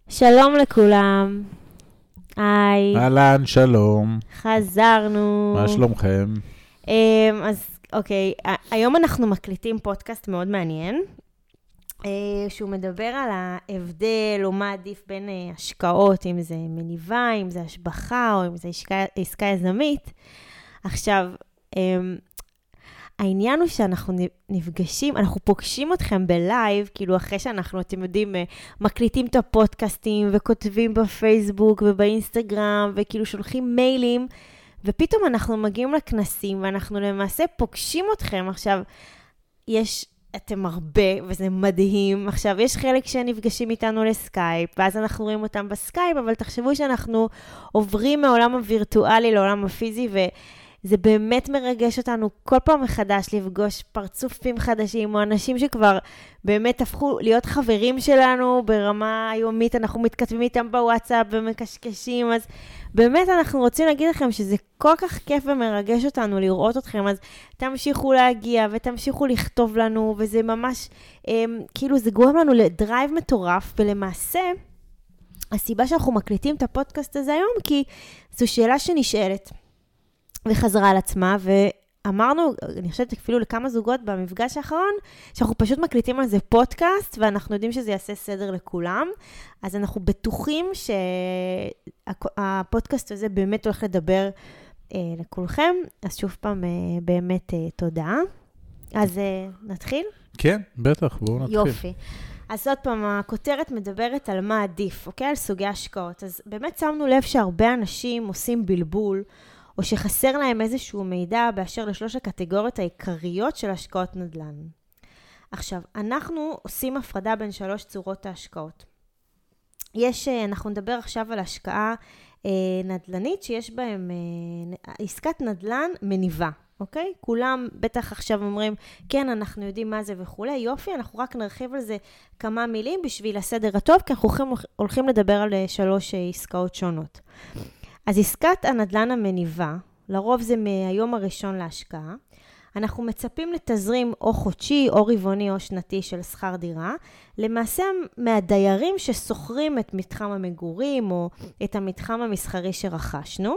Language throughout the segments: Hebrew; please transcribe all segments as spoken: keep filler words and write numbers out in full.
שלום לכולם. היי. אהלן, שלום. חזרנו. מה שלומכם? אז אוקיי, היום אנחנו מקליטים פודקאסט מאוד מעניין, שהוא מדבר על ההבדל או מה עדיף בין השקעות, אם זה מניבה, אם זה השבחה או אם זה עסקה, עסקה יזמית. עכשיו, העניין הוא שאנחנו נפגשים, אנחנו פוגשים אתכם בלייב, כאילו אחרי שאנחנו, אתם יודעים, מקליטים את הפודקאסטים וכותבים בפייסבוק ובאינסטגרם וכאילו שולחים מיילים, ופתאום אנחנו מגיעים לכנסים ואנחנו למעשה פוגשים אתכם. עכשיו, יש, אתם הרבה וזה מדהים. עכשיו, יש חלק שנפגשים איתנו לסקייפ, ואז אנחנו רואים אותם בסקייפ, אבל תחשבו שאנחנו עוברים מעולם הווירטואלי לעולם הפיזי, ו... זה באמת מרגש אותנו כל פעם מחדש לפגוש פרצופים חדשים, או אנשים שכבר באמת הפכו להיות חברים שלנו ברמה היומית, אנחנו מתכתבים איתם בוואטסאפ ומקשקשים, אז באמת אנחנו רוצים להגיד לכם שזה כל כך כיף ומרגש אותנו לראות אתכם, אז תמשיכו להגיע ותמשיכו לכתוב לנו, וזה ממש, אה, כאילו זה גורם לנו לדרייב מטורף, ולמעשה, הסיבה שאנחנו מקליטים את הפודקאסט הזה היום, כי זו שאלה שנשאלת. וחזרה על עצמה, ואמרנו, אני חושבת אפילו לכמה זוגות במפגש האחרון, שאנחנו פשוט מקליטים על זה פודקאסט, ואנחנו יודעים שזה יעשה סדר לכולם, אז אנחנו בטוחים שהפודקאסט הזה באמת הולך לדבר אה, לכולכם, אז שוב פעם אה, באמת אה, תודה. אז אה, נתחיל? כן, בטח, בואו נתחיל. יופי. אז עוד פעם, הכותרת מדברת על מה עדיף, אוקיי? על סוגי השקעות. אז באמת שמנו לב שהרבה אנשים עושים בלבול, או שחסר להם איזשהו מידע באשר לשלוש הקטגוריות העיקריות של השקעות נדל"ן. עכשיו, אנחנו עושים הפרדה בין שלוש צורות ההשקעות. יש, אנחנו נדבר עכשיו על השקעה אה, נדל"נית, שיש בהם אה, עסקת נדל"ן מניבה, אוקיי? כולם בטח עכשיו אומרים, כן, אנחנו יודעים מה זה וכולי, יופי, אנחנו רק נרחיב על זה כמה מילים בשביל הסדר הטוב, כי אנחנו הולכים, הולכים לדבר על שלוש עסקאות שונות. אז עסקת הנדל"ן המניבה, לרוב זה מהיום הראשון להשקעה, אנחנו מצפים לתזרים או חודשי או רבעוני או שנתי של שכר דירה, למעשה מהדיירים שסוחרים את מתחם המגורים או את המתחם המסחרי שרכשנו,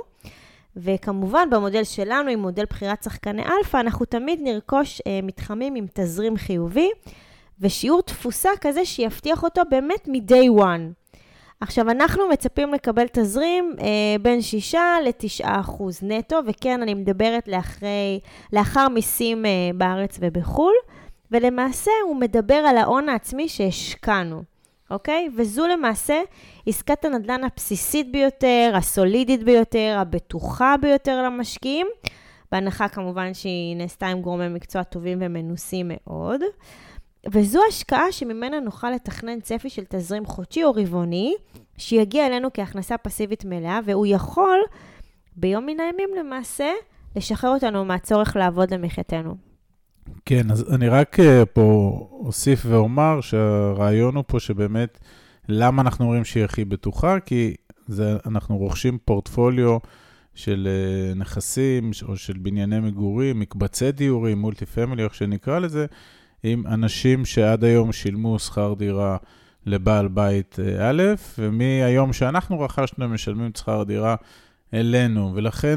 וכמובן במודל שלנו, עם מודל בחירת שחקני אלפא, אנחנו תמיד נרכוש אה, מתחמים עם תזרים חיובי, ושיעור תפוסה כזה שיבטיח אותו באמת מ-day one. עכשיו, אנחנו מצפים לקבל תזרים אה, בין שישה לתשעה אחוז נטו, וכן, אני מדברת לאחרי, לאחר מיסים אה, בארץ ובחול, ולמעשה הוא מדבר על ההון העצמי שהשקענו, אוקיי? וזו למעשה עסקת הנדל"ן הבסיסית ביותר, הסולידית ביותר, הבטוחה ביותר למשקיעים, בהנחה כמובן שהיא נעשתה עם גורמי מקצוע טובים ומנוסים מאוד, וזו השקעה שממנה נוכל לתכנן צפי של תזרים חודשי או רבעוני, שיגיע אלינו כהכנסה פסיבית מלאה, והוא יכול ביום מן הימים למעשה לשחרר אותנו מהצורך לעבוד למחייתנו. כן, אז אני רק פה אוסיף ואומר שהרעיון הוא פה שבאמת, למה אנחנו אומרים שהיא הכי בטוחה? כי זה, אנחנו רוכשים פורטפוליו של נכסים או של בנייני מגורים, מקבצי דיורים, מולטי פמילי, איך שנקרא לזה, עם אנשים שעד היום שילמו שכר דירה לבעל בית א', ומהיום שאנחנו רכשנו משלמים את שכר דירה אלינו, ולכן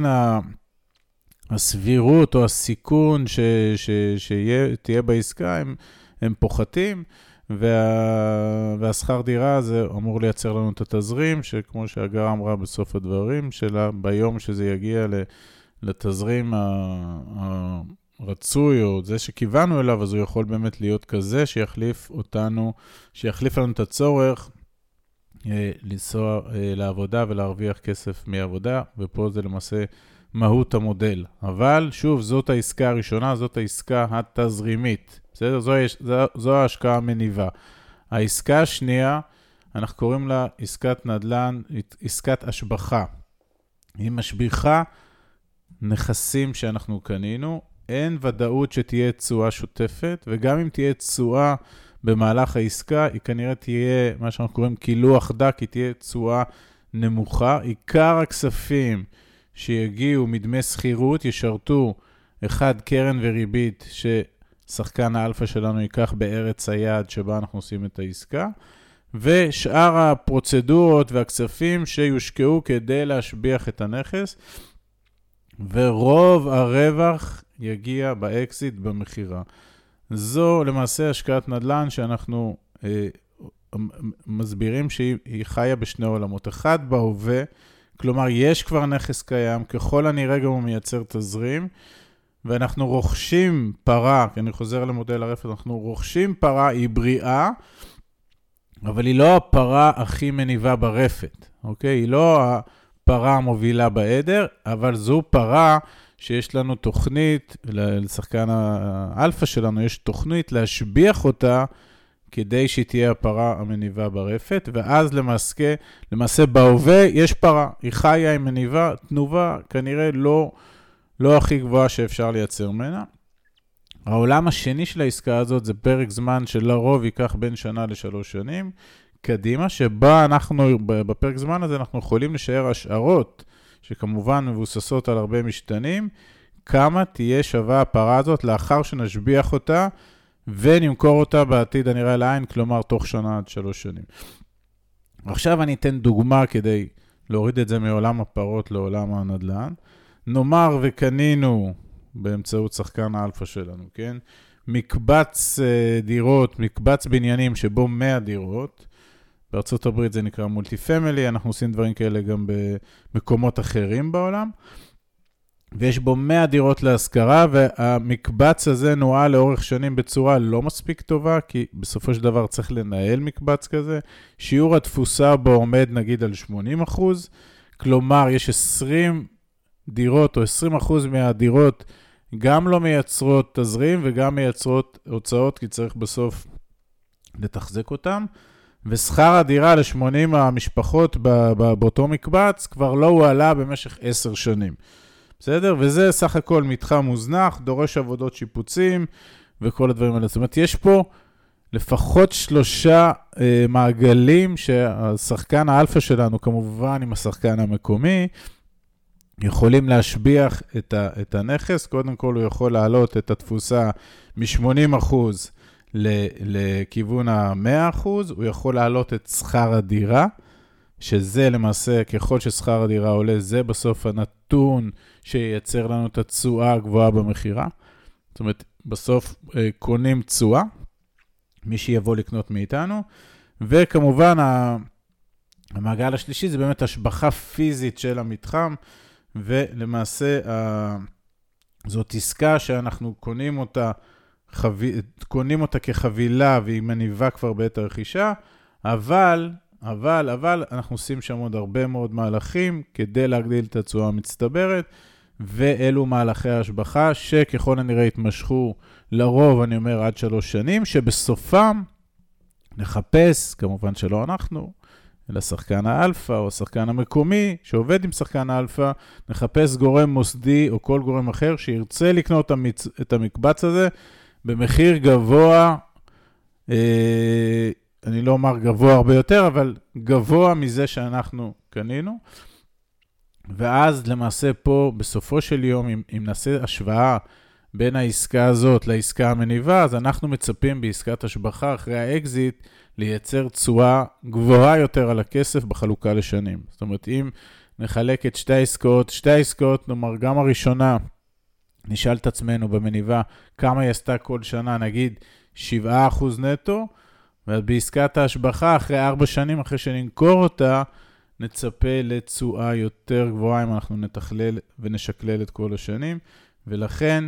הסבירות או הסיכון ש, ש, שתהיה בעסקה הם, הם פוחתים, וה, והשכר דירה הזה אמור לייצר לנו את התזרים, שכמו שהגר אמרה בסוף הדברים שלה, ביום שזה יגיע לתזרים ה... ה רצוי, או זה שכיוונו אליו, אז הוא יכול באמת להיות כזה, שיחליף אותנו, שיחליף לנו את הצורך, אה, לנסוע אה, לעבודה ולהרוויח כסף מעבודה, ופה זה למעשה מהות המודל. אבל שוב, זאת העסקה הראשונה, זאת העסקה התזרימית. בסדר? זו, זו, זו ההשקעה המניבה. העסקה השנייה, אנחנו קוראים לה עסקת נדל"ן, עסקת השבחה. היא משביחה נכסים שאנחנו קנינו, אין ודאות שתהיה תשואה שוטפת, וגם אם תהיה תשואה במהלך העסקה, היא כנראה תהיה, מה שאנחנו קוראים קילוח דק, היא תהיה תשואה נמוכה. עיקר הכספים שיגיעו מדמי שכירות ישרתו אחד קרן וריבית ששחקן האלפא שלנו ייקח בארץ היעד שבה אנחנו עושים את העסקה, ושאר הפרוצדורות והכספים שיושקעו כדי להשביח את הנכס, ורוב הרווח יגיע באקזיט במחירה. זו למעשה השקעת נדל"ן שאנחנו אה, מסבירים שהיא חיה בשני עולמות. אחד בהווה, כלומר יש כבר נכס קיים, ככל הנראה גם הוא מייצר תזרים, ואנחנו רוכשים פרה, כי אני חוזר למודל הרפת, אנחנו רוכשים פרה, היא בריאה, אבל היא לא הפרה הכי מניבה ברפת, אוקיי? היא לא הפרה המובילה בעדר, אבל זו פרה שיש לנו תוכנית, לשחקן האלפא שלנו יש תוכנית להשביח אותה, כדי שהיא תהיה הפרה המניבה ברפת, ואז למעשה, למעשה בהווה יש פרה, היא חיה עם מניבה, תנובה כנראה לא, לא הכי גבוהה שאפשר לייצר ממנה. העולם השני של העסקה הזאת זה פרק זמן שלרוב ייקח בין שנה לשלוש שנים, קדימה, שבה אנחנו, בפרק זמן הזה אנחנו יכולים לשער השערות, שכמובן מבוססות על הרבה משתנים, כמה תהיה שווה הפרה הזאת לאחר שנשביח אותה, ונמכור אותה בעתיד הנראה לעין, כלומר תוך שנה עד שלוש שנים. עכשיו אני אתן דוגמה כדי להוריד את זה מעולם הפרות לעולם הנדל"ן. נאמר וקנינו באמצעות שחקן האלפא שלנו, כן? מקבץ דירות, מקבץ בניינים שבו מאה דירות, בארצות הברית זה נקרא מולטי פמילי, אנחנו עושים דברים כאלה גם במקומות אחרים בעולם, ויש בו מאה דירות להשכרה, והמקבץ הזה נועל לאורך שנים בצורה לא מספיק טובה, כי בסופו של דבר צריך לנהל מקבץ כזה. שיעור התפוסה בו עומד נגיד על שמונים אחוז, כלומר יש עשרים דירות או עשרים אחוז מהדירות גם לא מייצרות תזרים וגם מייצרות הוצאות, כי צריך בסוף לתחזק אותם. ושכר הדירה ל-שמונים המשפחות באותו מקבץ כבר לא הועלה במשך עשר שנים. בסדר? וזה סך הכל מתחם מוזנח, דורש עבודות שיפוצים וכל הדברים האלה. זאת אומרת, יש פה לפחות שלושה אה, מעגלים שהשחקן האלפא שלנו, כמובן עם השחקן המקומי, יכולים להשביח את, ה, את הנכס. קודם כל הוא יכול להעלות את התפוסה מ-שמונים אחוז לכיוון ה-מאה אחוז, הוא יכול להעלות את שכר הדירה, שזה למעשה, ככל ששכר הדירה עולה, זה בסוף הנתון שייצר לנו את התשואה הגבוהה במחירה. זאת אומרת, בסוף קונים תשואה, מי שיבוא לקנות מאיתנו, וכמובן המעגל השלישי זה באמת השבחה פיזית של המתחם, ולמעשה זאת עסקה שאנחנו קונים אותה, קונים אותה כחבילה והיא מניבה כבר בעת הרכישה, אבל, אבל, אבל אנחנו עושים שם עוד הרבה מאוד מהלכים כדי להגדיל את התשואה המצטברת, ואלו מהלכי ההשבחה שככל הנראה יתמשכו לרוב, אני אומר, עד שלוש שנים, שבסופם נחפש, כמובן שלא אנחנו, אלא שחקן האלפא או השחקן המקומי שעובד עם שחקן האלפא, נחפש גורם מוסדי או כל גורם אחר שירצה לקנות את המקבץ הזה במחיר גבוה, אה, אני לא אומר גבוה הרבה יותר, אבל גבוה מזה שאנחנו קנינו. ואז למעשה פה בסופו של יום, אם, אם נעשה השוואה בין העסקה הזאת לעסקה המניבה, אז אנחנו מצפים בעסקת השבחה אחרי האקזיט לייצר תשואה גבוהה יותר על הכסף בחלוקה לשנים. זאת אומרת, אם נחלק את שתי העסקאות, שתי העסקאות, נאמר גם הראשונה, נשאל את עצמנו במניבה כמה היא עשתה כל שנה, נגיד שבעה אחוז נטו, ובעסקת ההשבחה אחרי ארבע שנים, אחרי שננקור אותה, נצפה לתשואה יותר גבוהה אם אנחנו נתכלל ונשקלל את כל השנים, ולכן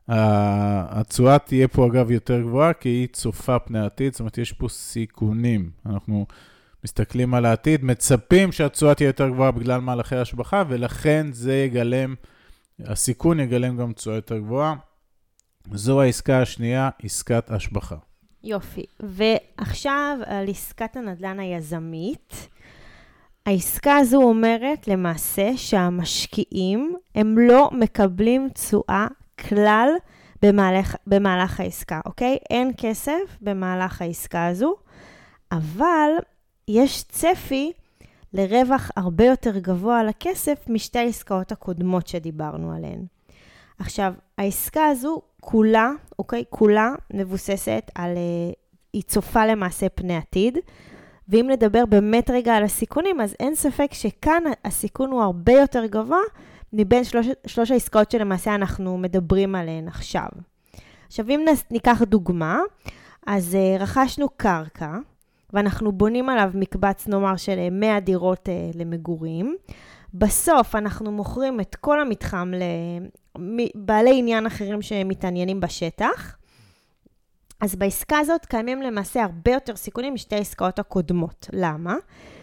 התשואה תהיה פה אגב יותר גבוהה, כי היא צופה פני העתיד, זאת אומרת יש פה סיכונים, אנחנו מסתכלים על העתיד, מצפים שהתשואה תהיה יותר גבוהה בגלל מהלכי ההשבחה, ולכן זה יגלם, הסיכון יגלם גם תשואה יותר גבוהה. זו העסקה השנייה, עסקת השבחה. יופי, ועכשיו על עסקת הנדל"ן היזמית, העסקה הזו אומרת למעשה שהמשקיעים הם לא מקבלים תשואה כלל במהלך, במהלך העסקה, אוקיי? אין כסף במהלך העסקה הזו, אבל יש צפי לרווח הרבה יותר גבוה על הכסף משתי העסקאות הקודמות שדיברנו עליהן. עכשיו, העסקה הזו כולה, אוקיי? כולה מבוססת על, היא צופה למעשה פני עתיד, ואם נדבר באמת רגע על הסיכונים, אז אין ספק שכאן הסיכון הוא הרבה יותר גבוה, מבין שלוש, שלוש העסקאות שלמעשה אנחנו מדברים עליהן עכשיו. עכשיו, אם ניקח דוגמה, אז uh, רכשנו קרקע, ואנחנו בונים עליו מקבץ, נאמר, של מאה דירות uh, למגורים. בסוף אנחנו מוכרים את כל המתחם לבעלי עניין אחרים שמתעניינים בשטח. אז בעסקה הזאת קיימים למעשה הרבה יותר סיכונים משתי העסקאות הקודמות. למה?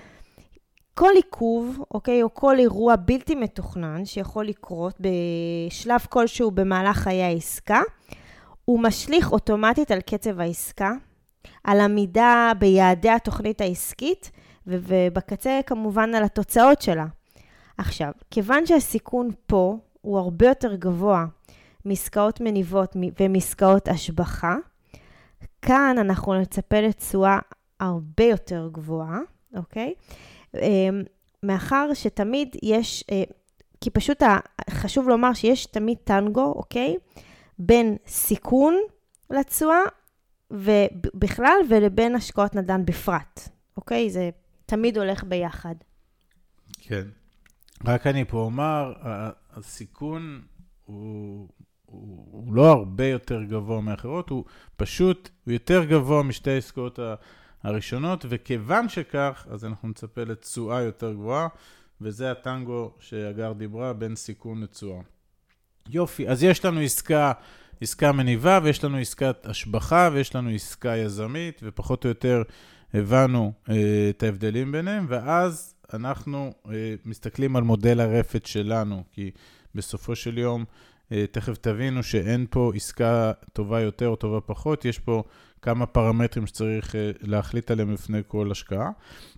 כל עיכוב, אוקיי, או כל אירוע בלתי מתוכנן שיכול לקרות בשלב כלשהו במהלך חיי העסקה, הוא משליך אוטומטית על קצב העסקה, על עמידה ביעדי התוכנית העסקית, ובקצה כמובן על התוצאות שלה. עכשיו, כיוון שהסיכון פה הוא הרבה יותר גבוה מעסקאות מניבות ומעסקאות השבחה, כאן אנחנו נצפה לתשואה הרבה יותר גבוהה, אוקיי? מאחר שתמיד יש, כי פשוט חשוב לומר שיש תמיד טנגו, אוקיי? בין סיכון לתשואה ובכלל ולבין השקעות נדל"ן בפרט, אוקיי? זה תמיד הולך ביחד. כן. רק אני פה אומר, הסיכון הוא, הוא, הוא לא הרבה יותר גבוה מאחרות, הוא פשוט, הוא יותר גבוה משתי העסקאות הראשונות, וכיוון שכך, אז אנחנו נצפה לתשואה יותר גבוהה, וזה הטנגו שאגר דיברה בין סיכון לתשואה. יופי, אז יש לנו עסקה, עסקה מניבה, ויש לנו עסקת השבחה, ויש לנו עסקה יזמית, ופחות או יותר הבנו אה, את ההבדלים ביניהם, ואז אנחנו אה, מסתכלים על מודל הרפת שלנו, כי בסופו של יום, אה, תכף תבינו שאין פה עסקה טובה יותר או טובה פחות, יש פה כמה פרמטרים שצריך אה, להחליט עליהם לפני כל השקעה.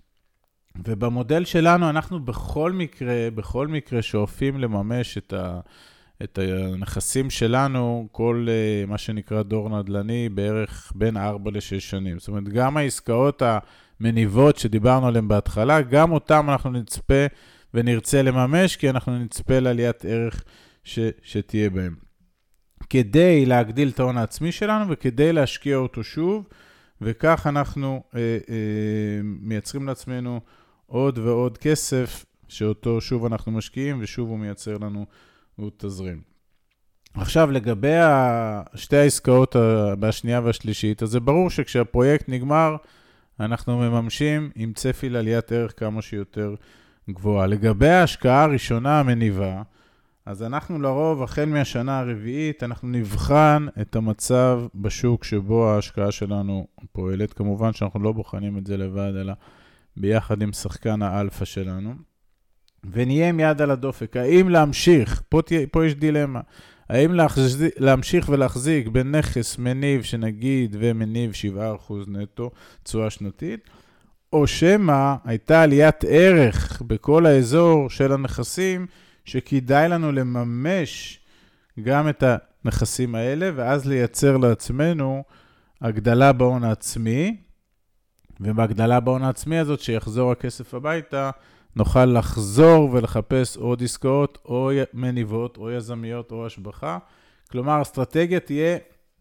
ובמודל שלנו אנחנו בכל מקרה, בכל מקרה שואפים לממש את ה... את הנכסים שלנו, כל uh, מה שנקרא דור נדל"ני, בערך בין ארבע לשש שנים. זאת אומרת, גם העסקאות המניבות שדיברנו עליהן בהתחלה, גם אותם אנחנו נצפה ונרצה לממש, כי אנחנו נצפה לעליית ערך ש, שתהיה בהם. כדי להגדיל את ההון העצמי שלנו, וכדי להשקיע אותו שוב, וכך אנחנו uh, uh, מייצרים לעצמנו עוד ועוד כסף, שאותו שוב אנחנו משקיעים, ושוב הוא מייצר לנו הוא תזרים. עכשיו, לגבי שתי העסקאות בשנייה והשלישית, אז זה ברור שכשהפרויקט נגמר, אנחנו מממשים עם צפי לעליית ערך כמה שיותר גבוהה. לגבי ההשקעה הראשונה המניבה, אז אנחנו לרוב, החל מהשנה הרביעית, אנחנו נבחן את המצב בשוק שבו ההשקעה שלנו פועלת. כמובן שאנחנו לא בוחנים את זה לבד, אלא ביחד עם שחקן האלפא שלנו. ונהיה עם יד על הדופק, האם להמשיך, פה, פה יש דילמה, האם להחזיק, להמשיך ולהחזיק בנכס מניב שנגיד ומניב שבעה אחוז נטו תשואה שנתית, או שמה הייתה עליית ערך בכל האזור של הנכסים, שכדאי לנו לממש גם את הנכסים האלה, ואז לייצר לעצמנו הגדלה בהון העצמי, ובהגדלה בהון העצמי הזאת שיחזור הכסף הביתה, נוכל לחזור ולחפש עוד עסקאות, או מניבות, או יזמיות, או השבחה. כלומר, האסטרטגיה תהיה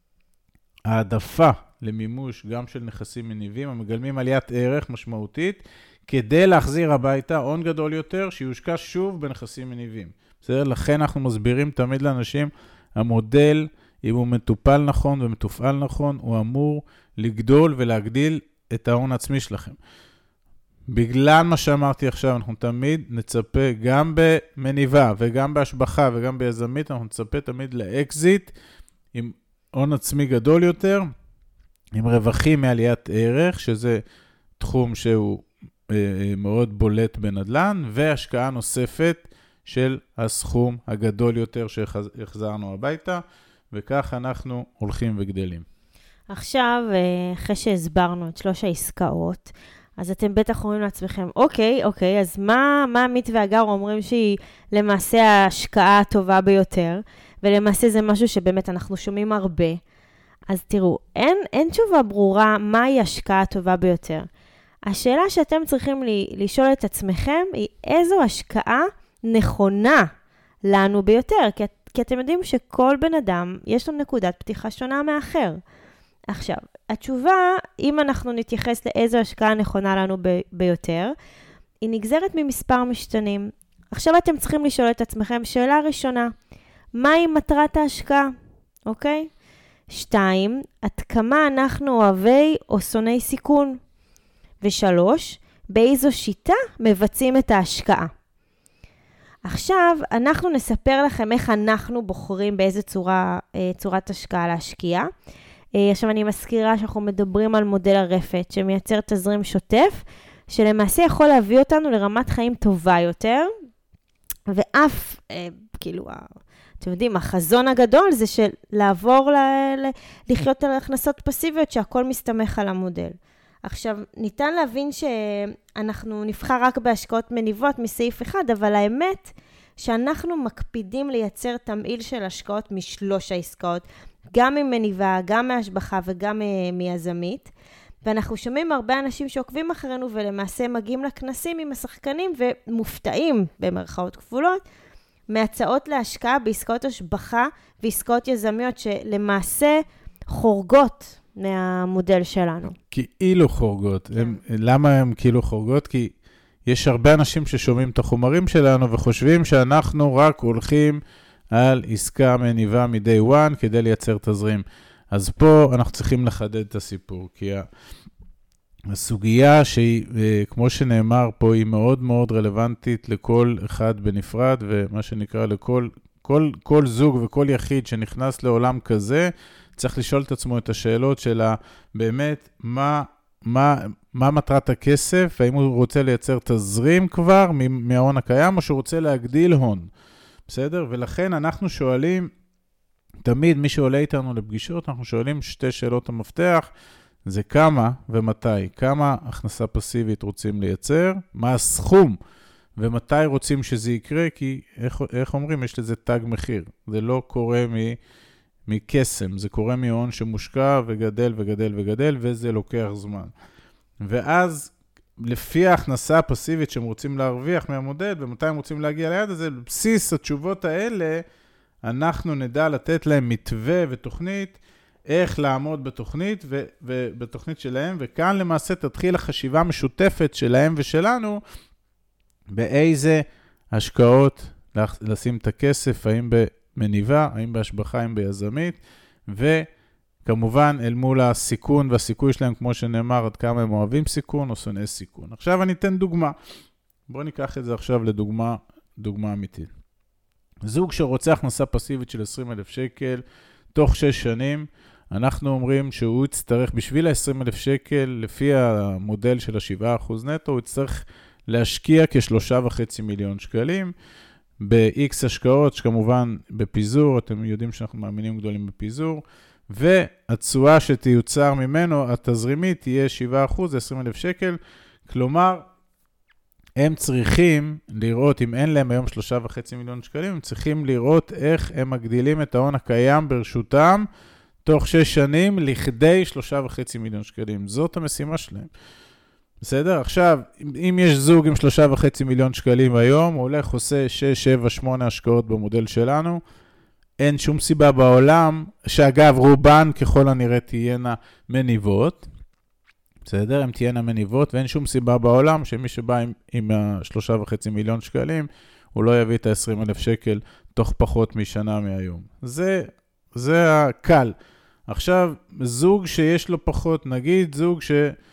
העדפה למימוש גם של נכסים מניבים, המגלמים עליית ערך משמעותית, כדי להחזיר הביתה הון גדול יותר, שיושקע שוב בנכסים מניבים. בסדר? לכן אנחנו מסבירים תמיד לאנשים, המודל, אם הוא מטופל נכון ומתופעל נכון, הוא אמור לגדול ולהגדיל את ההון העצמי שלכם. בגלל מה שאמרתי עכשיו, אנחנו תמיד נצפה גם במניבה וגם בהשבחה וגם ביזמית, אנחנו נצפה תמיד לאקזיט עם הון עצמי גדול יותר, עם רווחים מעליית ערך, שזה תחום שהוא אה, מאוד בולט בנדל"ן, והשקעה נוספת של הסכום הגדול יותר שהחזרנו הביתה, וכך אנחנו הולכים וגדלים. עכשיו, אחרי שהסברנו את שלוש העסקאות, אז אתם בטח אומרים לעצמכם, אוקיי, אוקיי, אז מה, מה עמית ואגר אומרים שהיא למעשה ההשקעה הטובה ביותר, ולמעשה זה משהו שבאמת אנחנו שומעים הרבה. אז תראו, אין, אין תשובה ברורה מהי ההשקעה הטובה ביותר. השאלה שאתם צריכים לי, לשאול את עצמכם היא איזו השקעה נכונה לנו ביותר, כי, כי אתם יודעים שכל בן אדם יש לו נקודת פתיחה שונה מאחר. עכשיו, התשובה, אם אנחנו נתייחס לאיזו השקעה נכונה לנו ב- ביותר, היא נגזרת ממספר משתנים. עכשיו אתם צריכים לשאול את עצמכם, שאלה ראשונה, מהי מטרת ההשקעה? אוקיי? שתיים, עד כמה אנחנו אוהבי או שונאי סיכון? ושלוש, באיזו שיטה מבצעים את ההשקעה? עכשיו, אנחנו נספר לכם איך אנחנו בוחרים באיזה צורה, צורת השקעה להשקיע. עכשיו אני מזכירה שאנחנו מדברים על מודל הרפת שמייצר תזרים שוטף, שלמעשה יכול להביא אותנו לרמת חיים טובה יותר, ואף, אה, כאילו, אתם יודעים, החזון הגדול זה של לעבור ל- ל- לחיות על הכנסות פסיביות שהכל מסתמך על המודל. עכשיו, ניתן להבין שאנחנו נבחר רק בהשקעות מניבות מסעיף אחד, אבל האמת שאנחנו מקפידים לייצר תמהיל של השקעות משלוש העסקאות, גם ממניבה, גם מהשבחה וגם מיזמית. ואנחנו שומעים הרבה אנשים שעוקבים אחרינו ולמעשה מגיעים לכנסים עם השחקנים ומופתעים במרכאות כפולות מהצעות להשקעה בעסקאות השבחה ועסקאות יזמיות שלמעשה חורגות מהמודל שלנו. כאילו חורגות. כן. הם, למה הם כאילו חורגות? כי יש הרבה אנשים ששומעים את החומרים שלנו וחושבים שאנחנו רק הולכים על עסקה מניבה מ-day one כדי לייצר תזרים. אז פה אנחנו צריכים לחדד את הסיפור, כי הסוגיה שהיא, כמו שנאמר פה, היא מאוד מאוד רלוונטית לכל אחד בנפרד, ומה שנקרא לכל כל, כל זוג וכל יחיד שנכנס לעולם כזה, צריך לשאול את עצמו את השאלות שלה, באמת, מה, מה, מה מטרת הכסף, האם הוא רוצה לייצר תזרים כבר מההון הקיים, או שהוא רוצה להגדיל הון, בסדר? ולכן אנחנו שואלים, תמיד מי שעולה איתנו לפגישות, אנחנו שואלים שתי שאלות המפתח, זה כמה ומתי, כמה הכנסה פסיבית רוצים לייצר, מה הסכום ומתי רוצים שזה יקרה, כי איך, איך אומרים, יש לזה תג מחיר, זה לא קורה מ, מקסם, זה קורה מהון שמושקע וגדל וגדל וגדל, וזה לוקח זמן. ואז לפי ההכנסה הפסיבית שהם רוצים להרוויח מהמודל, ומתי הם רוצים להגיע ליד הזה, בסיס התשובות האלה, אנחנו נדע לתת להם מתווה ותוכנית, איך לעמוד בתוכנית ו- ובתוכנית שלהם, וכאן למעשה תתחיל החשיבה המשותפת שלהם ושלנו, באיזה השקעות לשים את הכסף, האם במניבה, האם בהשבחה, האם ביזמית, וכמובן אל מול הסיכון והסיכוי שלהם, כמו שנאמר, עד כמה הם אוהבים סיכון או שונאי סיכון. עכשיו אני אתן דוגמה. בואו ניקח את זה עכשיו לדוגמה, דוגמה אמיתית. זוג שרוצה הכנסה פסיבית של עשרים אלף שקל, תוך שש שנים, אנחנו אומרים שהוא יצטרך, בשביל ה-עשרים אלף שקל, לפי המודל של ה-שבעה אחוז נטו, הוא יצטרך להשקיע כשלושה וחצי מיליון שקלים, ב-X השקעות, שכמובן בפיזור, אתם יודעים שאנחנו מאמינים גדולים בפיזור, והתשואה שתיוצר ממנו, התזרימית, תהיה שבעה אחוז, עשרים אלף שקל, כלומר, הם צריכים לראות, אם אין להם היום שלושה וחצי מיליון שקלים, הם צריכים לראות איך הם מגדילים את ההון הקיים ברשותם, תוך שש שנים, לכדי שלושה וחצי מיליון שקלים. זאת המשימה שלהם. בסדר? עכשיו, אם יש זוג עם שלושה וחצי מיליון שקלים היום, הוא הולך, עושה שש, שבע, שמונה השקעות במודל שלנו, אין שום סיבה בעולם, שאגב, רובן ככל הנראה תהיינה מניבות, בסדר? הם תהיינה מניבות, ואין שום סיבה בעולם שמי שבא עם, עם השלושה וחצי מיליון שקלים, הוא לא יביא את ה-עשרים אלף שקל תוך פחות משנה מהיום. זה, זה הקל. עכשיו, זוג שיש לו פחות, נגיד זוג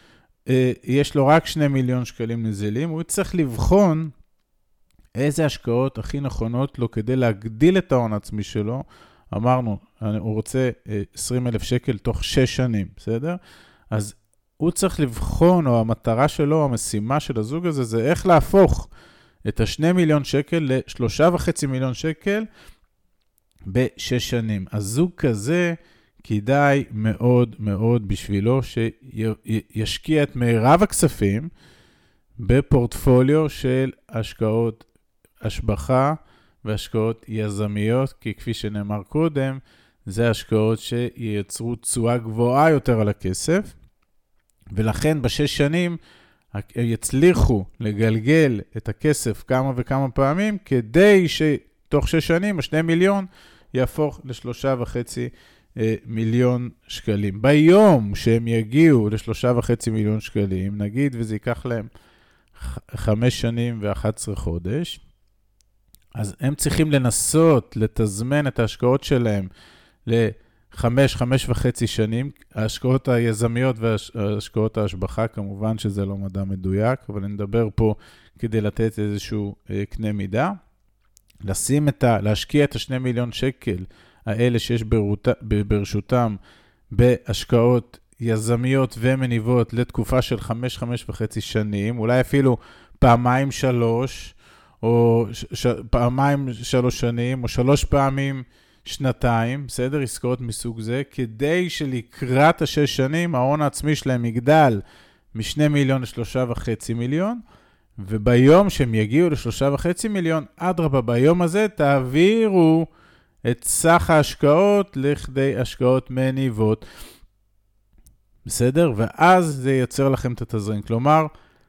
שיש לו רק שני מיליון שקלים נזילים, הוא צריך לבחון איזה השקעות הכי נכונות לו כדי להגדיל את ההון העצמי שלו. אמרנו, הוא רוצה עשרים אלף שקל תוך שש שנים, בסדר? אז הוא צריך לבחון, או המטרה שלו, המשימה של הזוג הזה, זה איך להפוך את השני מיליון שקל לשלושה וחצי מיליון שקל בשש שנים. הזוג כזה כדאי מאוד מאוד בשבילו שישקיע את מירב הכספים בפורטפוליו של השקעות השבחה והשקעות יזמיות, כי כפי שנאמר קודם, זה השקעות שייצרו תשואה גבוהה יותר על הכסף, ולכן בשש שנים יצליחו לגלגל את הכסף כמה וכמה פעמים, כדי שתוך שש שנים, השני מיליון יהפוך לשלושה וחצי מיליון שקלים. ביום שהם יגיעו לשלושה וחצי מיליון שקלים, נגיד, וזה ייקח להם חמש שנים ואחת עשרה חודש, אז הם צריכים לנסות לתזמן את ההשקעות שלהם לחמש, חמש וחצי שנים. ההשקעות היזמיות וההשקעות ההשבחה, כמובן שזה לא מדע מדויק, אבל אני מדבר פה כדי לתת איזשהו קנה מידה. לשים את ה, להשקיע את השני מיליון שקל האלה שיש ברות, ברשותם בהשקעות יזמיות ומניבות לתקופה של חמש, חמש וחצי שנים, אולי אפילו פעמיים שלוש, או ש, ש, פעמיים שלוש שנים, או שלוש פעמים שנתיים, בסדר? עסקאות מסוג זה, כדי שלקראת השש שנים, ההון העצמי שלהם יגדל משני מיליון לשלושה וחצי מיליון, וביום שהם יגיעו לשלושה וחצי מיליון, אדרבה, ביום הזה תעבירו את סך ההשקעות לכדי השקעות מניבות. בסדר? ואז זה ייצר לכם את התזרים. כלומר,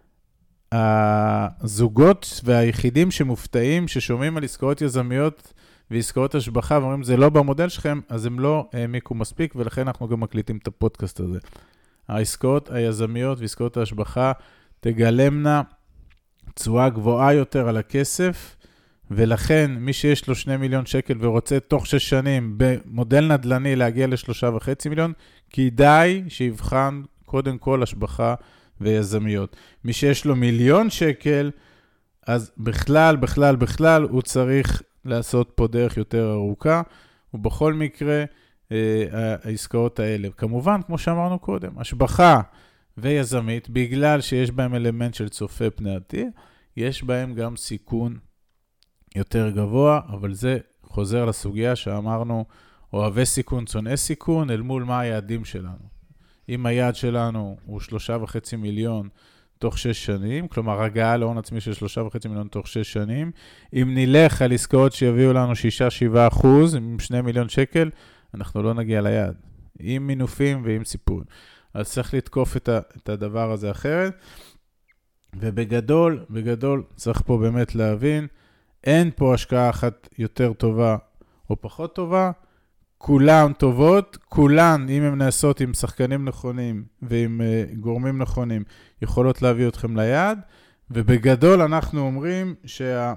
הזוגות והיחידים שמופתעים, ששומעים על עסקאות יזמיות ועסקאות השבחה, ואומרים, זה לא במודל שלכם, אז הם לא העמיקו מספיק, ולכן אנחנו גם מקליטים את הפודקאסט הזה. העסקאות היזמיות ועסקאות ההשבחה תגלמנה תשואה גבוהה יותר על הכסף, ולכן מי שיש לו שני מיליון שקל ורוצה תוך שש שנים במודל נדל"ני להגיע לשלושה וחצי מיליון, כדאי שיבחן קודם כל השבחה ויזמיות. מי שיש לו מיליון שקל, אז בכלל, בכלל, בכלל, הוא צריך לעשות פה דרך יותר ארוכה, ובכל מקרה, העסקאות האלה. כמובן, כמו שאמרנו קודם, השבחה ויזמית, בגלל שיש בהם אלמנט של צופה פני עתיד, יש בהם גם סיכון יותר גבוה, אבל זה חוזר לסוגיה שאמרנו, אוהבי סיכון, צונאי סיכון, אל מול מה היעדים שלנו. אם היעד שלנו הוא שלושה וחצי מיליון תוך שש שנים, כלומר הגעה להון עצמי של שלושה וחצי מיליון תוך שש שנים, אם נלך על עסקאות שיביאו לנו שישה שבעה אחוז, עם שני מיליון שקל, אנחנו לא נגיע ליעד. עם מינופים ועם סיפון. אז צריך לתקוף את, ה, את הדבר הזה אחרת. ובגדול, בגדול, צריך פה באמת להבין, אין פה השקעה אחת יותר טובה או פחות טובה, כולן טובות, כולן, אם הן נעשות עם שחקנים נכונים ועם uh, גורמים נכונים, יכולות להביא אתכם ליעד, ובגדול אנחנו אומרים שה,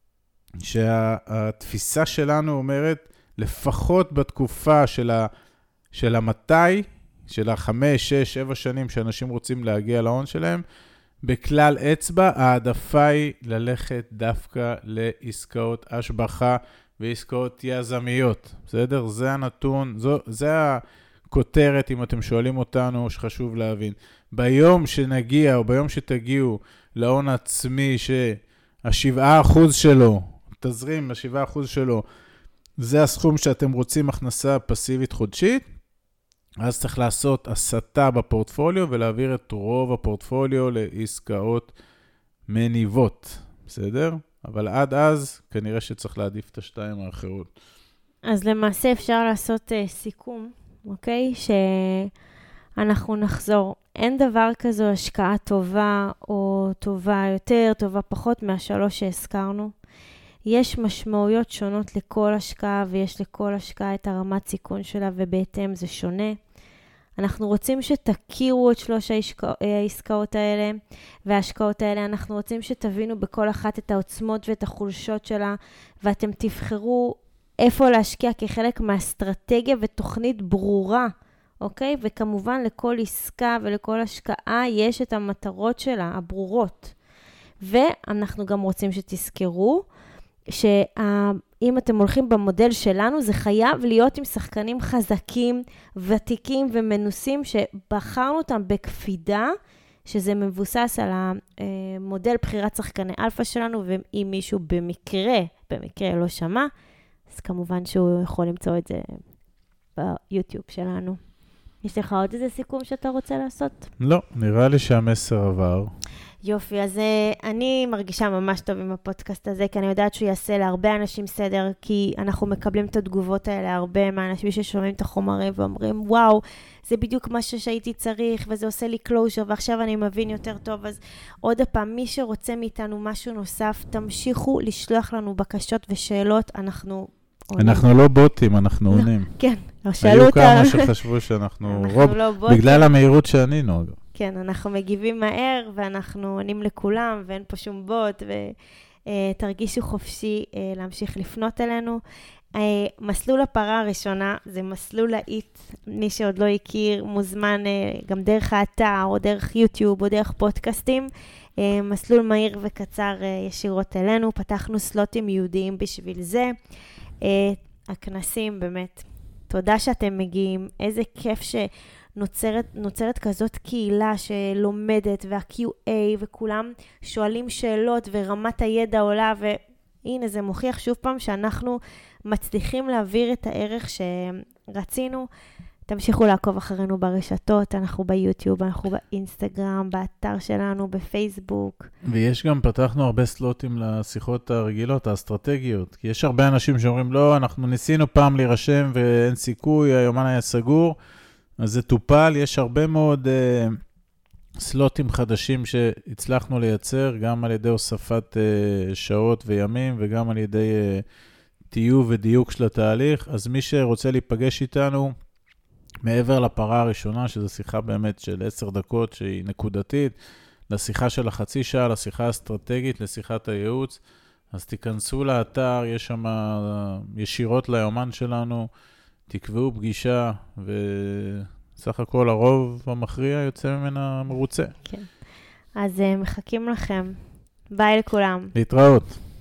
שהתפיסה שלנו אומרת, לפחות בתקופה של, ה, של המתי, של החמש, שש, שבע שנים שאנשים רוצים להגיע להון שלהם, בכלל אצבע, העדפה היא ללכת דווקא לעסקאות השבחה ועסקאות יזמיות. בסדר? זה הנתון, זו, זה הכותרת, אם אתם שואלים אותנו, שחשוב להבין. ביום שנגיע, או ביום שתגיעו להון עצמי, שהשבעה אחוז שלו, תזרים, השבעה אחוז שלו, זה הסכום שאתם רוצים הכנסה פסיבית חודשית, אז צריך לעשות הסתה בפורטפוליו, ולהעביר את רוב הפורטפוליו לעסקאות מניבות. בסדר? אבל עד אז, כנראה שצריך להעדיף את השתיים האחרות. אז למעשה אפשר לעשות uh, סיכום, אוקיי? שאנחנו נחזור. אין דבר כזו השקעה טובה או טובה יותר, טובה פחות מהשלוש שהזכרנו. יש משמעויות שונות לכל השקעה, ויש לכל השקעה את הרמת סיכון שלה, ובהתאם זה שונה. אנחנו רוצים שתכירו את שלוש העסקאות האלה, וההשקעות האלה, אנחנו רוצים שתבינו בכל אחת את העוצמות ואת החולשות שלה, ואתם תבחרו איפה להשקיע כחלק מהאסטרטגיה ותוכנית ברורה, אוקיי? וכמובן לכל עסקה ולכל השקעה יש את המטרות שלה, הברורות. ואנחנו גם רוצים שתזכרו, שאם אתם הולכים במודל שלנו, זה חייב להיות עם שחקנים חזקים, ותיקים ומנוסים, שבחרנו אותם בקפידה, שזה מבוסס על המודל בחירת שחקני אלפא שלנו, ואם מישהו במקרה, במקרה לא שמע, אז כמובן שהוא יכול למצוא את זה ביוטיוב שלנו. יש לך עוד איזה סיכום שאתה רוצה לעשות? לא, נראה לי שהמסר עבר. יופי, אז אני מרגישה ממש טוב עם הפודקאסט הזה, כי אני יודעת שהוא יעשה להרבה אנשים סדר, כי אנחנו מקבלים את התגובות האלה, הרבה מהאנשים ששומעים את החומרים ואומרים, וואו, זה בדיוק מה שהייתי צריך, וזה עושה לי closure, ועכשיו אני מבין יותר טוב. אז עוד הפעם, מי שרוצה מאיתנו משהו נוסף, תמשיכו לשלוח לנו בקשות ושאלות, אנחנו אנחנו לא בוטים, אנחנו עונים. כן, שאלו אותה. היו כמה שחשבו שאנחנו רוב, בגלל המהירות שענינו. כן, אנחנו מגיבים מהר, ואנחנו עונים לכולם, ואין פה שום בוט, ותרגישו חופשי להמשיך לפנות אלינו. מסלול הפרה הראשונה, זה מסלול להיט, מי שעוד לא הכיר, מוזמן גם דרך האתר, או דרך יוטיוב, או דרך פודקאסטים. מסלול מהיר וקצר ישירות אלינו, פתחנו סלוטים יהודיים בשביל זה. הכנסים, באמת, תודה שאתם מגיעים, איזה כיף שנוצרת נוצרת כזאת קהילה שלומדת, וה-קיו איי, וכולם שואלים שאלות, ורמת הידע עולה, והנה זה מוכיח שוב פעם שאנחנו מצליחים להעביר את הערך שרצינו. תמשיכו לעקוב אחרינו ברשתות, אנחנו ביוטיוב, אנחנו באינסטגרם, באתר שלנו, בפייסבוק. ויש גם, פתחנו הרבה סלוטים לשיחות הרגילות, האסטרטגיות, כי יש הרבה אנשים שאומרים, לא, אנחנו ניסינו פעם להירשם ואין סיכוי, היומן היה סגור, אז זה טופל, יש הרבה מאוד uh, סלוטים חדשים שהצלחנו לייצר, גם על ידי הוספת uh, שעות וימים, וגם על ידי uh, טיוב ודיוק של התהליך, אז מי שרוצה להיפגש איתנו, מעבר לפרה הראשונה, שזו שיחה באמת של עשר דקות, שהיא נקודתית, לשיחה של החצי שעה, לשיחה האסטרטגית, לשיחת הייעוץ, אז תיכנסו לאתר, יש שם ישירות ליומן שלנו, תקבעו פגישה, וסך הכל הרוב המכריע יוצא ממנה מרוצה. כן. אז מחכים לכם. ביי לכולם. להתראות.